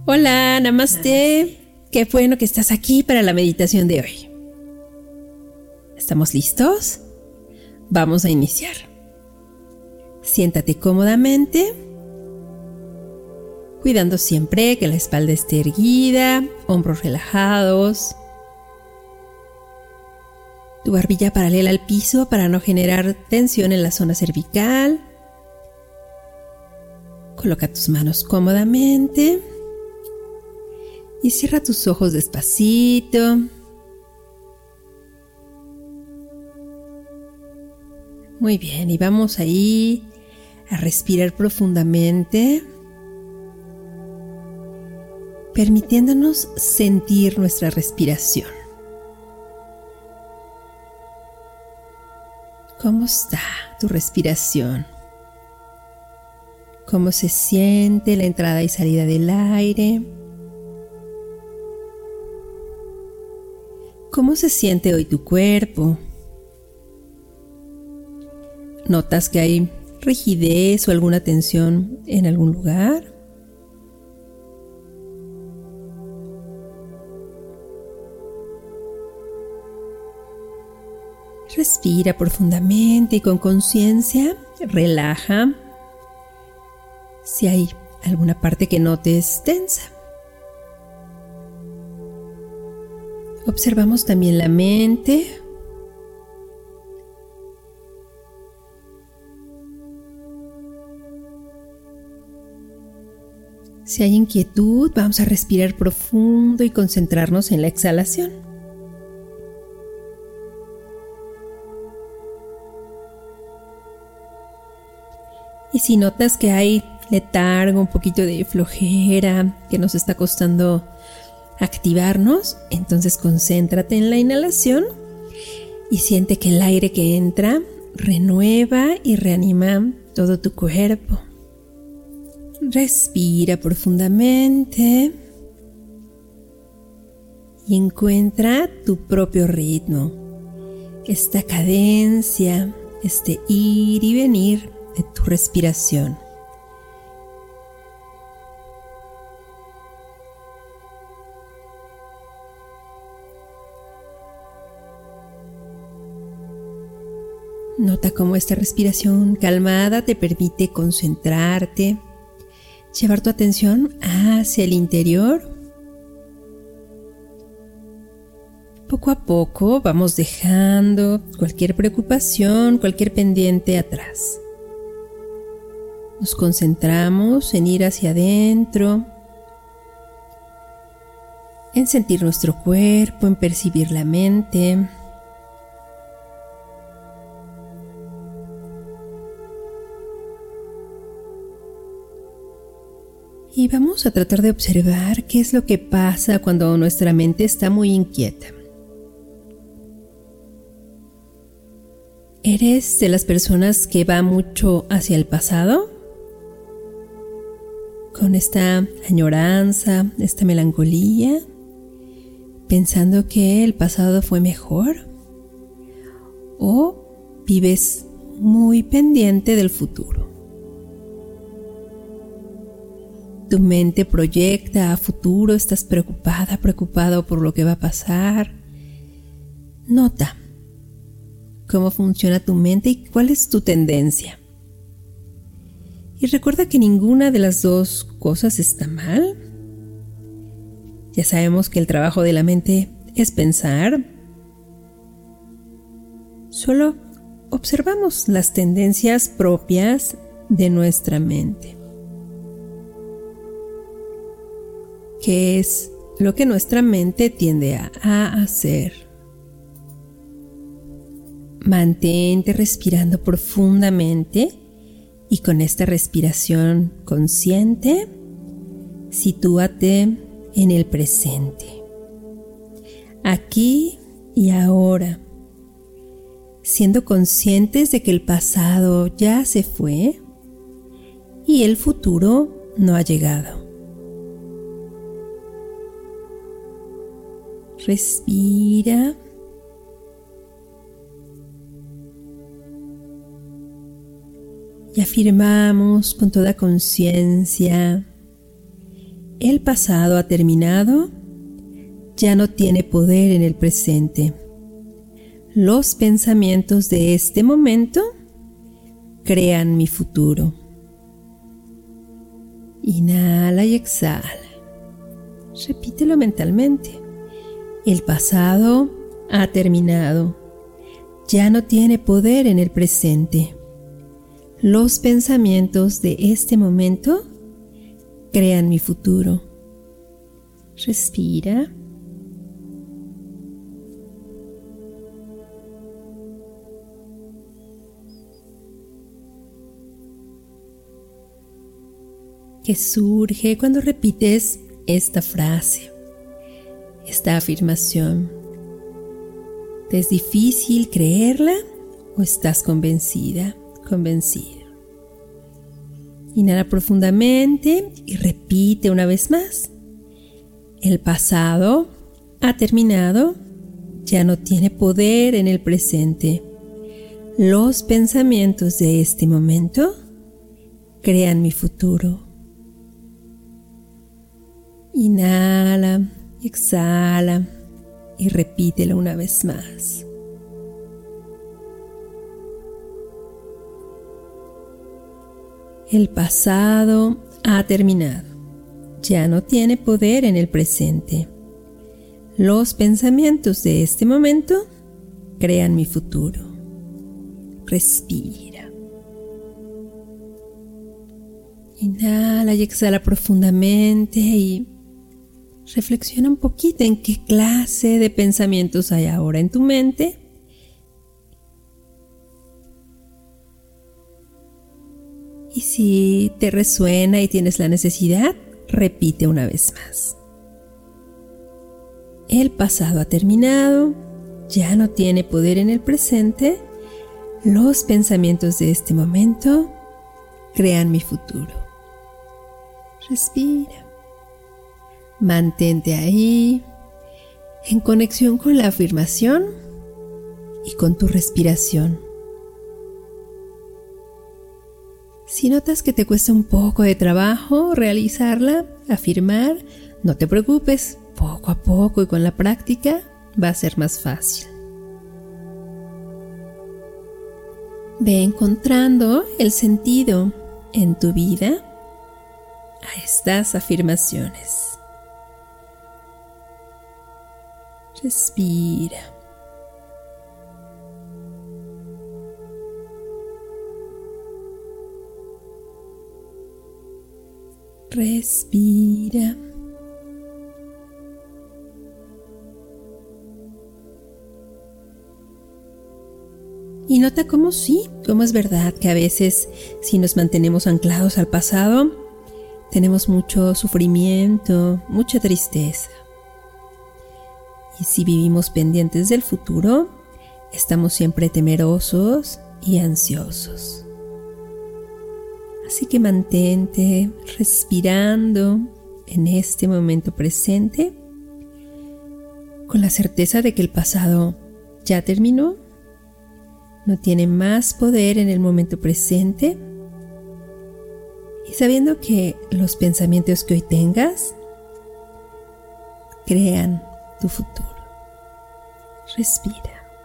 Hola, namaste. Qué bueno que estás aquí para la meditación de hoy. ¿Estamos listos? Vamos a iniciar. Siéntate cómodamente, cuidando siempre que la espalda esté erguida, hombros relajados, tu barbilla paralela al piso para no generar tensión en la zona cervical. Coloca tus manos cómodamente y cierra tus ojos despacito. Muy bien, y vamos ahí a respirar profundamente, permitiéndonos sentir nuestra respiración. ¿Cómo está tu respiración? ¿Cómo se siente la entrada y salida del aire? ¿Cómo se siente hoy tu cuerpo? ¿Notas que hay rigidez o alguna tensión en algún lugar? Respira profundamente y con conciencia relaja si hay alguna parte que notes tensa. Observamos también la mente. Si hay inquietud, vamos a respirar profundo y concentrarnos en la exhalación. Y si notas que hay letargo, un poquito de flojera, que nos está costando activarnos, entonces concéntrate en la inhalación y siente que el aire que entra renueva y reanima todo tu cuerpo. Respira profundamente y encuentra tu propio ritmo, esta cadencia, este ir y venir de tu respiración. Nota cómo esta respiración calmada te permite concentrarte, llevar tu atención hacia el interior. Poco a poco vamos dejando cualquier preocupación, cualquier pendiente atrás. Nos concentramos en ir hacia adentro, en sentir nuestro cuerpo, en percibir la mente. Y vamos a tratar de observar qué es lo que pasa cuando nuestra mente está muy inquieta. ¿Eres de las personas que va mucho hacia el pasado? Con esta añoranza, esta melancolía, pensando que el pasado fue mejor. ¿O vives muy pendiente del futuro? Tu mente proyecta a futuro, estás preocupado por lo que va a pasar. Nota cómo funciona tu mente y cuál es tu tendencia. Y recuerda que ninguna de las dos cosas está mal. Ya sabemos que el trabajo de la mente es pensar. Solo observamos las tendencias propias de nuestra mente. ¿Qué es lo que nuestra mente tiende a hacer? Mantente respirando profundamente y con esta respiración consciente, sitúate en el presente, aquí y ahora, siendo conscientes de que el pasado ya se fue y el futuro no ha llegado. Respira. Y afirmamos con toda conciencia El pasado ha terminado, ya no tiene poder en el presente. Los pensamientos de este momento crean mi futuro. Inhala y exhala. Repítelo mentalmente. El pasado ha terminado, ya no tiene poder en el presente. Los pensamientos de este momento crean mi futuro. Respira. ¿Qué surge cuando repites esta frase, esta afirmación? ¿Te es difícil creerla o estás convencida, convencido? Inhala profundamente y repite una vez más. El pasado ha terminado, ya no tiene poder en el presente. Los pensamientos de este momento crean mi futuro. Inhala, exhala y repítelo una vez más. El pasado ha terminado, ya no tiene poder en el presente. Los pensamientos de este momento crean mi futuro. Respira. Inhala y exhala profundamente y reflexiona un poquito en qué clase de pensamientos hay ahora en tu mente. Y si te resuena y tienes la necesidad, repite una vez más. El pasado ha terminado, ya no tiene poder en el presente. Los pensamientos de este momento crean mi futuro. Respira. Mantente ahí, en conexión con la afirmación y con tu respiración. Si notas que te cuesta un poco de trabajo realizarla, afirmar, no te preocupes, poco a poco y con la práctica va a ser más fácil. Ve encontrando el sentido en tu vida a estas afirmaciones. Respira. Respira. Y nota cómo es verdad que a veces si nos mantenemos anclados al pasado, tenemos mucho sufrimiento, mucha tristeza. Y si vivimos pendientes del futuro, estamos siempre temerosos y ansiosos. Así que mantente respirando en este momento presente, con la certeza de que el pasado ya terminó, no tiene más poder en el momento presente, y sabiendo que los pensamientos que hoy tengas crean tu futuro. Respira.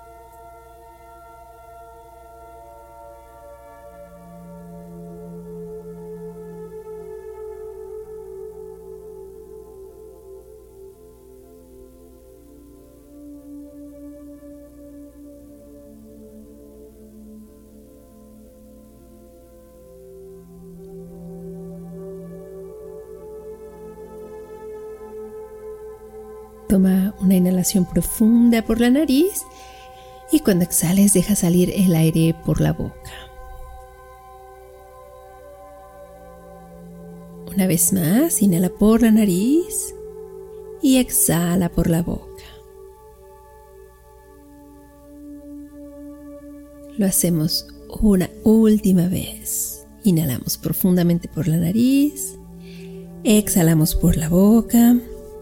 Toma una inhalación profunda por la nariz y cuando exhales deja salir el aire por la boca. Una vez más, inhala por la nariz y exhala por la boca. Lo hacemos una última vez. Inhalamos profundamente por la nariz, exhalamos por la boca.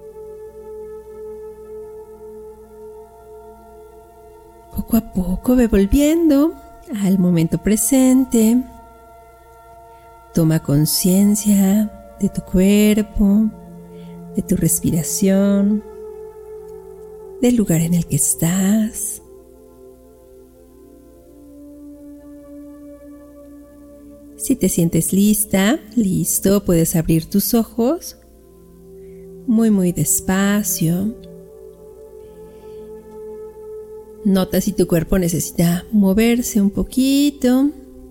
Poco a poco ve volviendo al momento presente. Toma conciencia de tu cuerpo, de tu respiración, del lugar en el que estás. Si te sientes lista, listo, puedes abrir tus ojos muy despacio. Nota si tu cuerpo necesita moverse un poquito.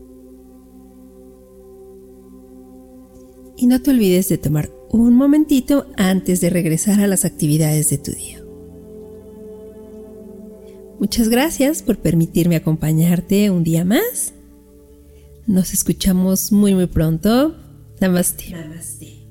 Y no te olvides de tomar un momentito antes de regresar a las actividades de tu día. Muchas gracias por permitirme acompañarte un día más. Nos escuchamos muy pronto. Namaste. Namaste.